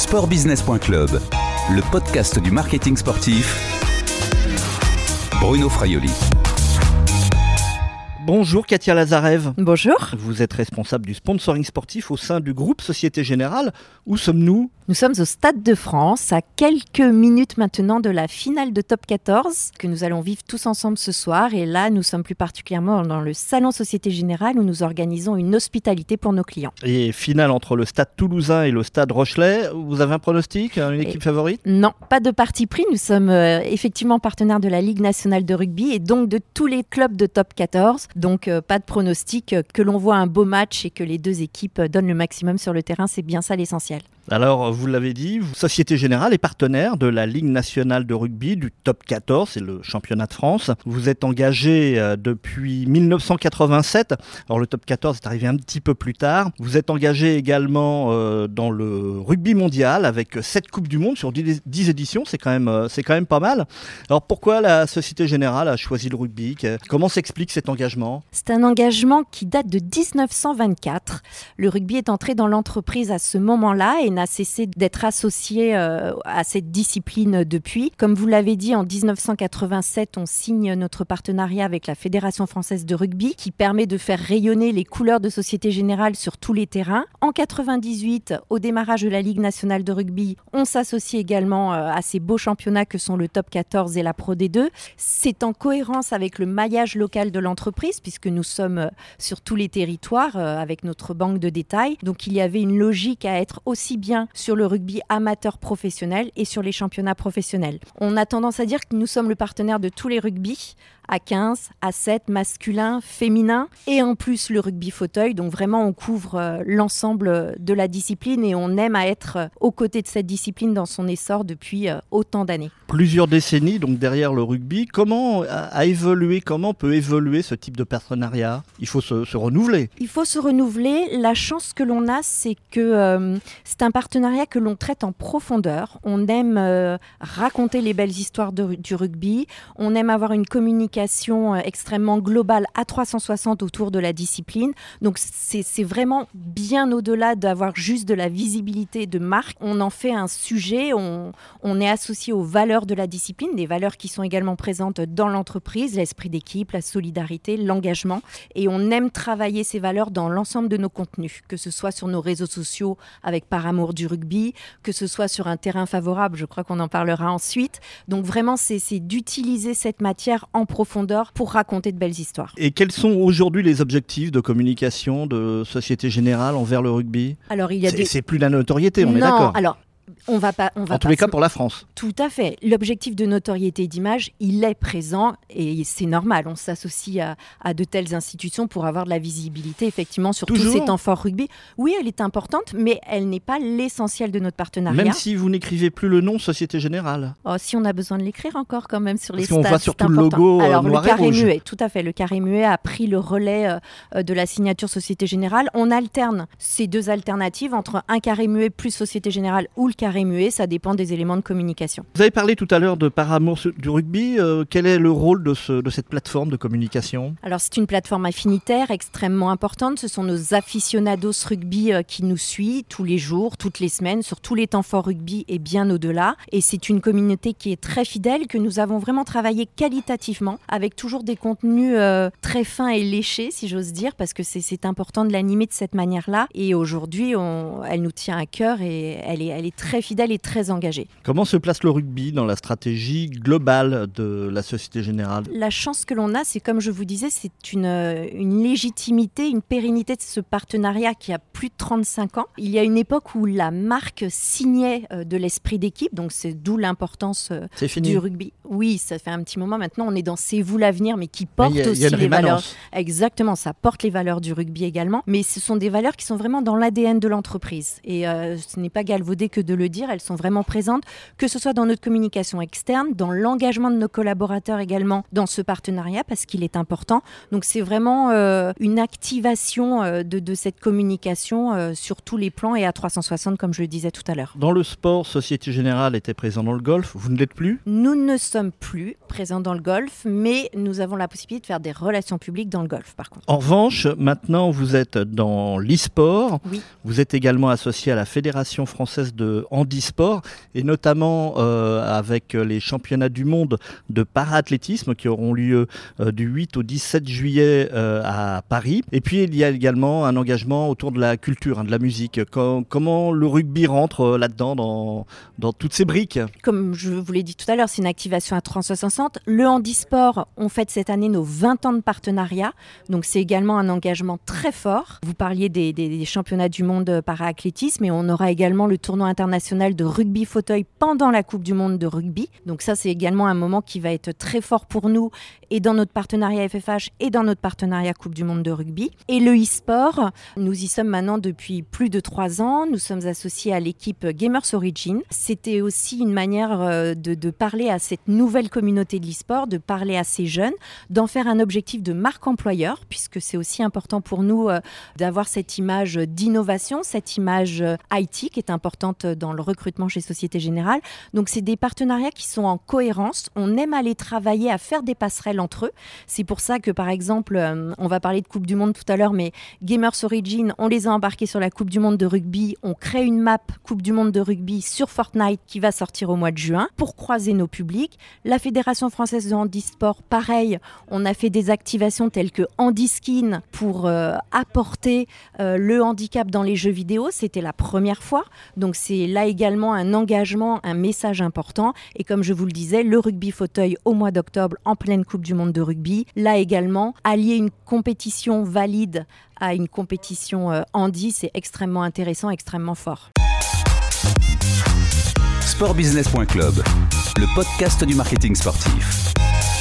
Sportbusiness.club, le podcast du marketing sportif. Bruno Fraioli. Bonjour Katia Lazarev. Bonjour. Vous êtes responsable du sponsoring sportif au sein du groupe Société Générale. Où sommes-nous ? Nous sommes au Stade de France, à quelques minutes maintenant de la finale de Top 14 que nous allons vivre tous ensemble ce soir. Et là, nous sommes plus particulièrement dans le salon Société Générale où nous organisons une hospitalité pour nos clients. Et finale entre le Stade Toulousain et le Stade Rochelais. Vous avez un pronostic, une équipe favorite ? Non, pas de parti pris. Nous sommes effectivement partenaires de la Ligue nationale de rugby et donc de tous les clubs de Top 14. Donc pas de pronostic, que l'on voit un beau match et que les deux équipes donnent le maximum sur le terrain, c'est bien ça l'essentiel. Alors, vous l'avez dit, Société Générale est partenaire de la Ligue nationale de rugby du Top 14, c'est le championnat de France. Vous êtes engagé depuis 1987. Alors, le Top 14 est arrivé un petit peu plus tard. Vous êtes engagé également dans le rugby mondial avec 7 Coupes du Monde sur 10 éditions. C'est quand même pas mal. Alors, pourquoi la Société Générale a choisi le rugby ? Comment s'explique cet engagement ? C'est un engagement qui date de 1924. Le rugby est entré dans l'entreprise à ce moment-là et n'a cessé d'être associé à cette discipline depuis. Comme vous l'avez dit, en 1987, on signe notre partenariat avec la Fédération française de rugby qui permet de faire rayonner les couleurs de Société Générale sur tous les terrains. En 1998, au démarrage de la Ligue nationale de rugby, on s'associe également à ces beaux championnats que sont le Top 14 et la Pro D2. C'est en cohérence avec le maillage local de l'entreprise puisque nous sommes sur tous les territoires avec notre banque de détail. Donc il y avait une logique à être aussi bien sur le rugby amateur professionnel et sur les championnats professionnels. On a tendance à dire que nous sommes le partenaire de tous les rugby, A15, A7, masculin, féminin et en plus le rugby fauteuil. Donc vraiment on couvre l'ensemble de la discipline et on aime à être aux côtés de cette discipline dans son essor depuis autant d'années. Plusieurs décennies donc derrière le rugby. Comment peut évoluer ce type de partenariat ? Il faut se renouveler. Il faut se renouveler. La chance que l'on a, c'est que c'est un partenariat que l'on traite en profondeur. On aime raconter les belles histoires du rugby. On aime avoir une communication extrêmement globale à 360 autour de la discipline. Donc c'est vraiment bien au-delà d'avoir juste de la visibilité de marque. On en fait un sujet, on est associé aux valeurs de la discipline, des valeurs qui sont également présentes dans l'entreprise, l'esprit d'équipe, la solidarité, l'engagement. Et on aime travailler ces valeurs dans l'ensemble de nos contenus, que ce soit sur nos réseaux sociaux avec Par amour du rugby, que ce soit sur un terrain favorable, je crois qu'on en parlera ensuite. Donc vraiment, c'est d'utiliser cette matière en profondeur pour raconter de belles histoires. Et quels sont aujourd'hui les objectifs de communication de Société Générale envers le rugby ? Alors, c'est plus la notoriété, on est d'accord ? Non, alors... On va en tous les cas pour la France. Tout à fait. L'objectif de notoriété et d'image, il est présent et c'est normal. On s'associe à de telles institutions pour avoir de la visibilité effectivement sur tous ces temps forts rugby. Oui, elle est importante, mais elle n'est pas l'essentiel de notre partenariat. Même si vous n'écrivez plus le nom Société Générale. Oh, si on a besoin de l'écrire encore quand même sur les stades. Parce qu'on voit surtout le logo Alors, noir le carré et rouge. muet, tout à fait. Le carré muet a pris le relais de la signature Société Générale. On alterne ces deux alternatives entre un carré muet plus Société Générale ou le carré muet. Ça dépend des éléments de communication. Vous avez parlé tout à l'heure de Par amour du rugby. Quel est le rôle de cette plateforme de communication ? Alors c'est une plateforme affinitaire extrêmement importante. Ce sont nos aficionados rugby qui nous suivent tous les jours, toutes les semaines, sur tous les temps forts rugby et bien au-delà. Et c'est une communauté qui est très fidèle, que nous avons vraiment travaillé qualitativement, avec toujours des contenus très fins et léchés, si j'ose dire, parce que c'est important de l'animer de cette manière-là. Et aujourd'hui, elle nous tient à cœur et elle est très fidèle et très engagée. Comment se place le rugby dans la stratégie globale de la Société Générale ? La chance que l'on a, c'est comme je vous disais, c'est une légitimité, une pérennité de ce partenariat qui a plus de 35 ans. Il y a une époque où la marque signait de l'esprit d'équipe, donc c'est d'où l'importance du rugby. Oui, ça fait un petit moment maintenant, on est dans C'est vous l'avenir, mais qui porte aussi les valeurs. Exactement, ça porte les valeurs du rugby également, mais ce sont des valeurs qui sont vraiment dans l'ADN de l'entreprise. Et ce n'est pas galvaudé que de le dire, elles sont vraiment présentes, que ce soit dans notre communication externe, dans l'engagement de nos collaborateurs également dans ce partenariat, parce qu'il est important. Donc c'est vraiment une activation de cette communication sur tous les plans et à 360, comme je le disais tout à l'heure. Dans le sport, Société Générale était présent dans le golf, vous ne l'êtes plus ? Nous ne sommes plus présents dans le golf, mais nous avons la possibilité de faire des relations publiques dans le golf par contre. En revanche, maintenant vous êtes dans l'e-sport, oui. Vous êtes également associé à la Fédération française de handisport et notamment avec les championnats du monde de para-athlétisme qui auront lieu du 8 au 17 juillet à Paris. Et puis il y a également un engagement autour de la culture, de la musique. Comment le rugby rentre là-dedans dans toutes ces briques? Comme je vous l'ai dit tout à l'heure, c'est une activation à 360. Le handisport, on fête cette année nos 20 ans de partenariat. Donc c'est également un engagement très fort. Vous parliez des championnats du monde para-athlétisme et on aura également le tournoi international de rugby fauteuil pendant la Coupe du monde de rugby. Donc ça, c'est également un moment qui va être très fort pour nous et dans notre partenariat FFH et dans notre partenariat Coupe du monde de rugby. Et le e-sport, nous y sommes maintenant depuis plus de 3 ans. Nous sommes associés à l'équipe Gamers Origin. C'était aussi une manière de parler à cette nouvelle communauté de l'e-sport, de parler à ces jeunes, d'en faire un objectif de marque employeur, puisque c'est aussi important pour nous d'avoir cette image d'innovation, cette image IT qui est importante dans le recrutement chez Société Générale. Donc c'est des partenariats qui sont en cohérence. On aime aller travailler à faire des passerelles entre eux. C'est pour ça que par exemple, on va parler de Coupe du Monde tout à l'heure, mais Gamers Origin, on les a embarqués sur la Coupe du Monde de rugby. On crée une map Coupe du Monde de rugby sur Fortnite qui va sortir au mois de juin pour croiser nos publics. La Fédération française de handisport, pareil, on a fait des activations telles que Handiskin pour apporter le handicap dans les jeux vidéo. C'était la première fois. Donc c'est là également un engagement, un message important. Et comme je vous le disais, le rugby fauteuil au mois d'octobre en pleine Coupe du Monde de rugby. Là également, allier une compétition valide à une compétition handi, c'est extrêmement intéressant, extrêmement fort. Sportbusiness.club, le podcast du marketing sportif.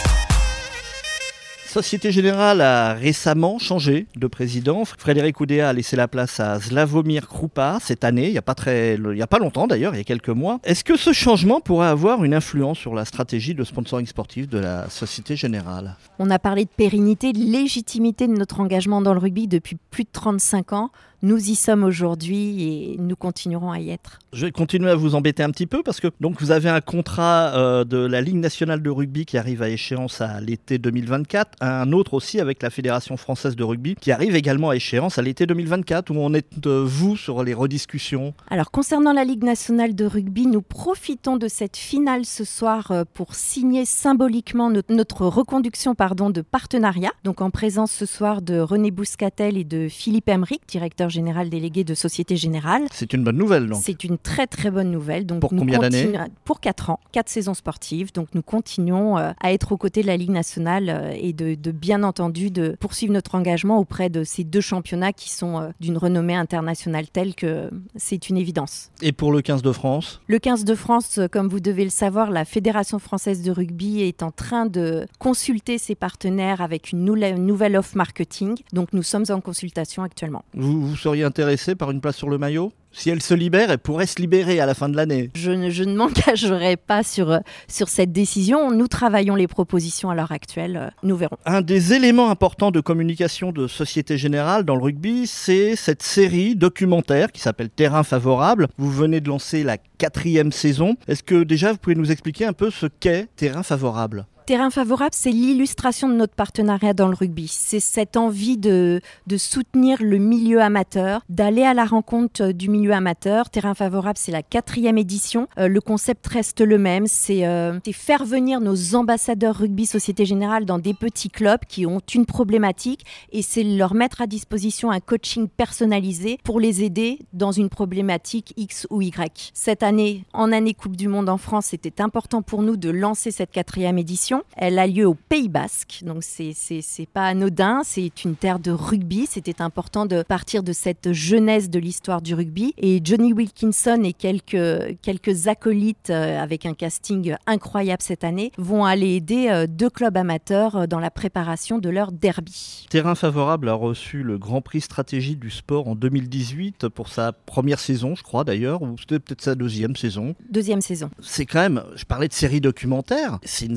Société Générale a récemment changé de président. Frédéric Oudéa a laissé la place à Slavomir Krupa cette année, il n'y a pas longtemps d'ailleurs, il y a quelques mois. Est-ce que ce changement pourrait avoir une influence sur la stratégie de sponsoring sportif de la Société Générale? On a parlé de pérennité, de légitimité de notre engagement dans le rugby depuis plus de 35 ans. Nous y sommes aujourd'hui et nous continuerons à y être. Je vais continuer à vous embêter un petit peu parce que donc vous avez un contrat de la Ligue nationale de rugby qui arrive à échéance à l'été 2024, un autre aussi avec la Fédération française de rugby qui arrive également à échéance à l'été 2024. Où en êtes-vous sur les rediscussions? Alors concernant la Ligue nationale de rugby, nous profitons de cette finale ce soir pour signer symboliquement notre reconduction de partenariat. Donc en présence ce soir de René Bouscatel et de Philippe Emmerich, directeur général délégué de Société Générale. C'est une bonne nouvelle donc. C'est une très très bonne nouvelle. Donc, pour combien d'années? Pour 4 ans, 4 saisons sportives. Donc nous continuons à être aux côtés de la Ligue nationale et de bien entendu de poursuivre notre engagement auprès de ces 2 championnats qui sont d'une renommée internationale telle que c'est une évidence. Et pour le 15 de France? Le 15 de France, comme vous devez le savoir, la Fédération française de rugby est en train de consulter ses partenaires avec une nouvelle offre marketing. Donc nous sommes en consultation actuellement. Vous seriez intéressé par une place sur le maillot? Si elle se libère, elle pourrait se libérer à la fin de l'année. Je ne m'engagerai pas sur cette décision. Nous travaillons les propositions à l'heure actuelle. Nous verrons. Un des éléments importants de communication de Société Générale dans le rugby, c'est cette série documentaire qui s'appelle Terrain favorable. Vous venez de lancer la 4e saison. Est-ce que déjà vous pouvez nous expliquer un peu ce qu'est Terrain favorable ? Terrain favorable, c'est l'illustration de notre partenariat dans le rugby. C'est cette envie de soutenir le milieu amateur, d'aller à la rencontre du milieu amateur. Terrain favorable, c'est la 4e édition. Le concept reste le même. C'est faire venir nos ambassadeurs rugby Société Générale dans des petits clubs qui ont une problématique et c'est leur mettre à disposition un coaching personnalisé pour les aider dans une problématique X ou Y. Cette année, en année Coupe du Monde en France, c'était important pour nous de lancer cette 4e édition. Elle a lieu au Pays Basque, donc c'est pas anodin, c'est une terre de rugby. C'était important de partir de cette jeunesse de l'histoire du rugby. Et Johnny Wilkinson et quelques acolytes avec un casting incroyable cette année vont aller aider 2 clubs amateurs dans la préparation de leur derby. Terrain favorable a reçu le Grand Prix Stratégie du Sport en 2018 pour sa première saison, je crois d'ailleurs, ou c'était peut-être sa 2e saison. 2e saison. C'est quand même, je parlais de série documentaire, c'est une vraie production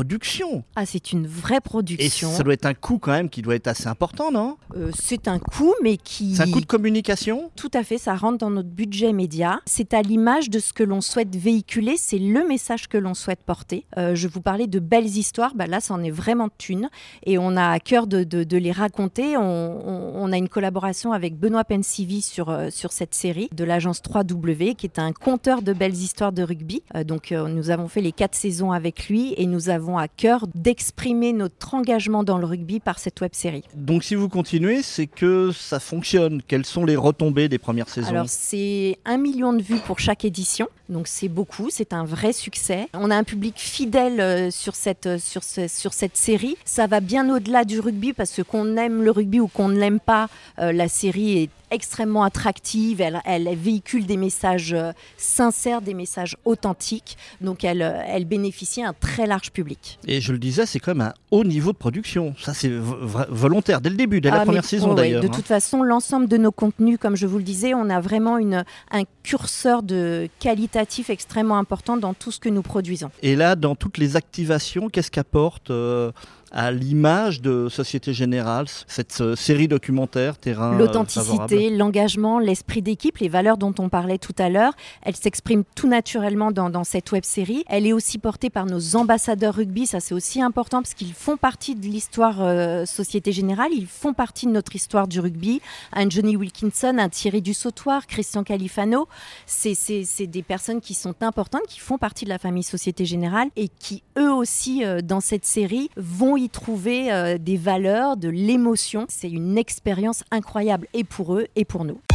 production. Ah, c'est une vraie Et production. ça doit être un coût quand même qui doit être assez important, non ? C'est un coût, mais qui... C'est un coût de communication ? Tout à fait, ça rentre dans notre budget média. C'est à l'image de ce que l'on souhaite véhiculer, c'est le message que l'on souhaite porter. Je vous parlais de belles histoires, là ça en est vraiment une. Et on a à cœur de les raconter. On a une collaboration avec Benoît Pensivi sur cette série de l'agence 3W, qui est un conteur de belles histoires de rugby. Nous avons fait les 4 saisons avec lui et nous avons à cœur d'exprimer notre engagement dans le rugby par cette web-série. Donc si vous continuez, c'est que ça fonctionne. Quelles sont les retombées des premières saisons ? Alors c'est 1 million de vues pour chaque édition, donc c'est beaucoup, c'est un vrai succès. On a un public fidèle sur cette série. Ça va bien au-delà du rugby, parce que qu'on aime le rugby ou qu'on ne l'aime pas, la série est extrêmement attractive, elle véhicule des messages sincères, des messages authentiques, donc elle bénéficie à un très large public. Et je le disais, c'est quand même un haut niveau de production. Ça, c'est volontaire, dès le début, dès la première saison d'ailleurs. De toute façon, l'ensemble de nos contenus, comme je vous le disais, on a vraiment un curseur de qualitatif extrêmement important dans tout ce que nous produisons. Et là, dans toutes les activations, qu'est-ce qu'apporte à l'image de Société Générale cette série documentaire terrain L'authenticité, l'engagement, l'esprit d'équipe, les valeurs dont on parlait tout à l'heure, elles s'expriment tout naturellement dans cette web-série. Elle est aussi portée par nos ambassadeurs rugby, ça c'est aussi important parce qu'ils font partie de l'histoire Société Générale, ils font partie de notre histoire du rugby. Un Johnny Wilkinson, un Thierry Dussautoir, Christian Califano, c'est des personnes qui sont importantes, qui font partie de la famille Société Générale et qui eux aussi dans cette série vont y trouver des valeurs, de l'émotion. C'est une expérience incroyable et pour eux et pour nous.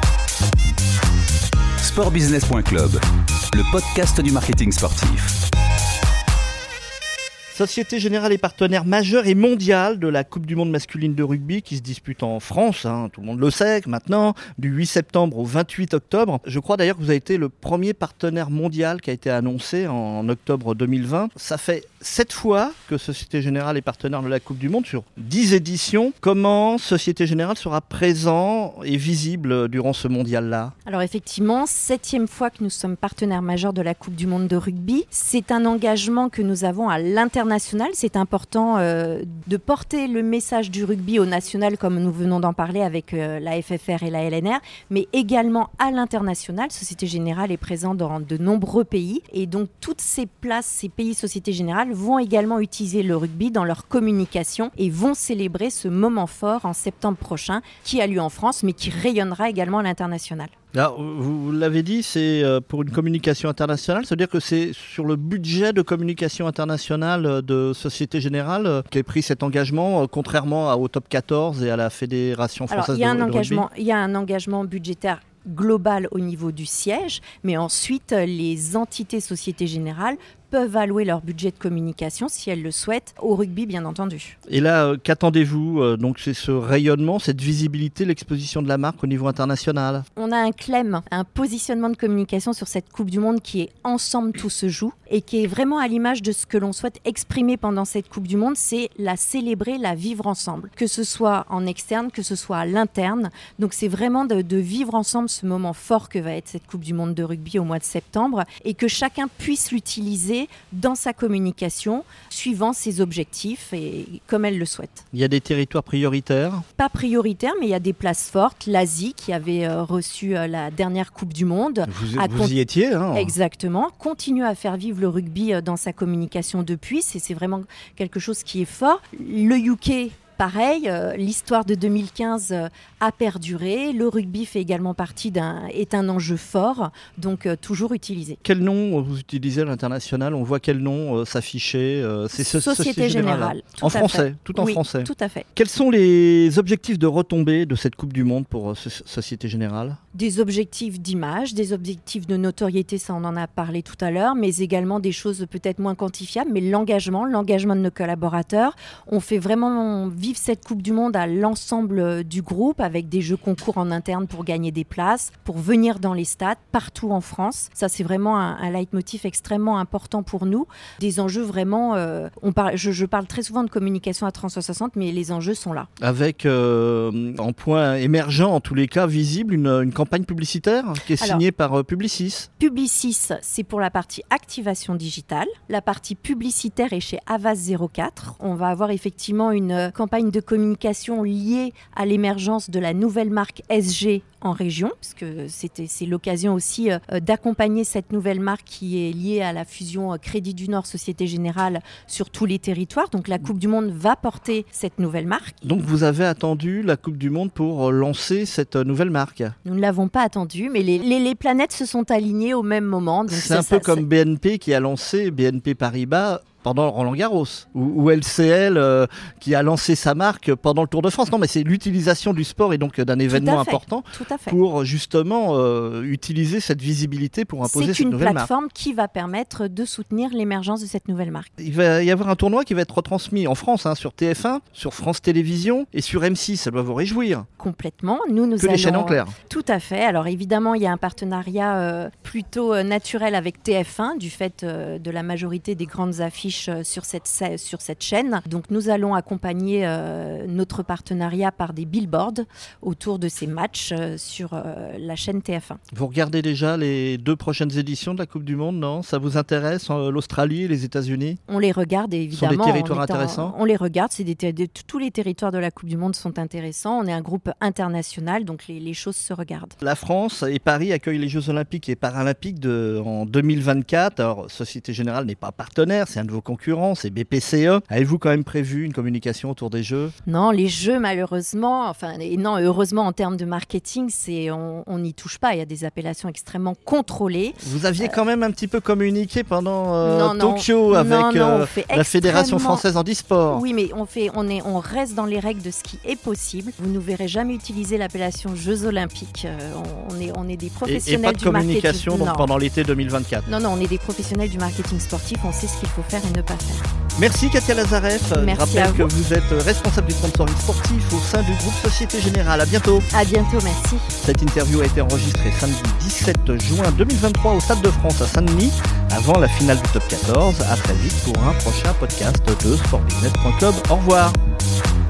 Sportbusiness.club, le podcast du marketing sportif. Société Générale est partenaire majeur et mondial de la Coupe du Monde masculine de rugby qui se dispute en France, tout le monde le sait maintenant, du 8 septembre au 28 octobre. Je crois d'ailleurs que vous avez été le premier partenaire mondial qui a été annoncé en octobre 2020. Ça fait 7 fois que Société Générale est partenaire de la Coupe du Monde sur 10 éditions. Comment Société Générale sera présent et visible durant ce mondial-là ? Alors effectivement, 7e fois que nous sommes partenaires majeurs de la Coupe du Monde de rugby. C'est un engagement que nous avons à l'international. C'est important de porter le message du rugby au national, comme nous venons d'en parler avec la FFR et la LNR, mais également à l'international. Société Générale est présente dans de nombreux pays et donc toutes ces places, ces pays Société Générale vont également utiliser le rugby dans leur communication et vont célébrer ce moment fort en septembre prochain qui a lieu en France mais qui rayonnera également à l'international. Alors, vous l'avez dit, c'est pour une communication internationale, c'est-à-dire que c'est sur le budget de communication internationale de Société Générale qu'est pris cet engagement, contrairement au Top 14 et à la Fédération française de rugby. Il y a un engagement budgétaire global au niveau du siège, mais ensuite les entités Société Générale peuvent allouer leur budget de communication, si elles le souhaitent, au rugby bien entendu. Et là, qu'attendez-vous ? Donc c'est ce rayonnement, cette visibilité, l'exposition de la marque au niveau international. On a un CLEM, un positionnement de communication sur cette Coupe du Monde qui est ensemble tout se joue et qui est vraiment à l'image de ce que l'on souhaite exprimer pendant cette Coupe du Monde, c'est la célébrer, la vivre ensemble. Que ce soit en externe, que ce soit à l'interne. Donc c'est vraiment de vivre ensemble ce moment fort que va être cette Coupe du Monde de rugby au mois de septembre et que chacun puisse l'utiliser dans sa communication, suivant ses objectifs et comme elle le souhaite. Il y a des territoires prioritaires ? Pas prioritaires, mais il y a des places fortes. L'Asie, qui avait reçu la dernière Coupe du Monde. Vous y étiez, hein ? Exactement. Continue à faire vivre le rugby dans sa communication depuis. C'est vraiment quelque chose qui est fort. Le UK... Pareil, l'histoire de 2015 a perduré. Le rugby fait également partie est un enjeu fort, donc toujours utilisé. Quel nom vous utilisez à l'international ? On voit quel nom s'afficher c'est Société Générale. En français, tout en français. Tout à fait. Quels sont les objectifs de retombée de cette Coupe du Monde pour Société Générale ? Des objectifs d'image, des objectifs de notoriété, ça on en a parlé tout à l'heure, mais également des choses peut-être moins quantifiables, mais l'engagement de nos collaborateurs. On fait vraiment vivre cette Coupe du Monde à l'ensemble du groupe avec des jeux concours en interne pour gagner des places, pour venir dans les stades partout en France. Ça, c'est vraiment un leitmotiv extrêmement important pour nous. Des enjeux vraiment... je parle très souvent de communication à 360, mais les enjeux sont là. Avec en point émergent, en tous les cas visible, une campagne campagne publicitaire qui est signée par Publicis. Publicis, c'est pour la partie activation digitale. La partie publicitaire est chez Havas 04. On va avoir effectivement une campagne de communication liée à l'émergence de la nouvelle marque SG en région, parce que c'est l'occasion aussi d'accompagner cette nouvelle marque qui est liée à la fusion Crédit du Nord Société Générale sur tous les territoires. Donc la Coupe du Monde va porter cette nouvelle marque. Donc vous avez attendu la Coupe du Monde pour lancer cette nouvelle marque? Nous ne l'avons pas attendu, mais les planètes se sont alignées au même moment. C'est un peu comme BNP qui a lancé BNP Paribas pendant Roland-Garros, ou LCL qui a lancé sa marque pendant le Tour de France. Non, mais c'est l'utilisation du sport et donc d'un événement important pour justement utiliser cette visibilité pour imposer cette nouvelle marque. C'est une plateforme qui va permettre de soutenir l'émergence de cette nouvelle marque. Il va y avoir un tournoi qui va être retransmis en France, sur TF1, sur France Télévisions et sur M6. Ça doit vous réjouir. Complètement. Nous allons... les chaînes en clair. Tout à fait. Alors évidemment, il y a un partenariat plutôt naturel avec TF1 du fait de la majorité des grandes affiches sur cette chaîne. Donc nous allons accompagner notre partenariat par des billboards autour de ces matchs sur la chaîne TF1. Vous regardez déjà les 2 prochaines éditions de la Coupe du Monde, non? Ça vous intéresse, l'Australie et les États-Unis? On les regarde évidemment. Ce sont des territoires intéressants? On les regarde, tous les territoires de la Coupe du Monde sont intéressants. On est un groupe international, donc les choses se regardent. La France et Paris accueillent les Jeux Olympiques et Paralympiques en 2024. Alors Société Générale n'est pas partenaire, c'est un de vos concurrents, c'est BPCE. Avez-vous quand même prévu une communication autour des Jeux? Non, les Jeux malheureusement, heureusement en termes de marketing, on n'y touche pas. Il y a des appellations extrêmement contrôlées. Vous aviez quand même un petit peu communiqué pendant Tokyo avec la Fédération française handisport. Oui, mais on reste dans les règles de ce qui est possible. Vous ne verrez jamais utiliser l'appellation Jeux Olympiques. On est des professionnels du marketing. Et pas de communication donc, pendant l'été 2024. Non, on est des professionnels du marketing sportif. On sait ce qu'il faut faire et ne pas faire. Merci Katia Lazareff. Merci. Je rappelle que vous êtes responsable du sponsoring sportif au sein du groupe Société Générale. À bientôt. À bientôt, merci. Cette interview a été enregistrée samedi 17 juin 2023 au Stade de France à Saint-Denis, avant la finale du Top 14. À très vite pour un prochain podcast de sportbusiness.club. Au revoir.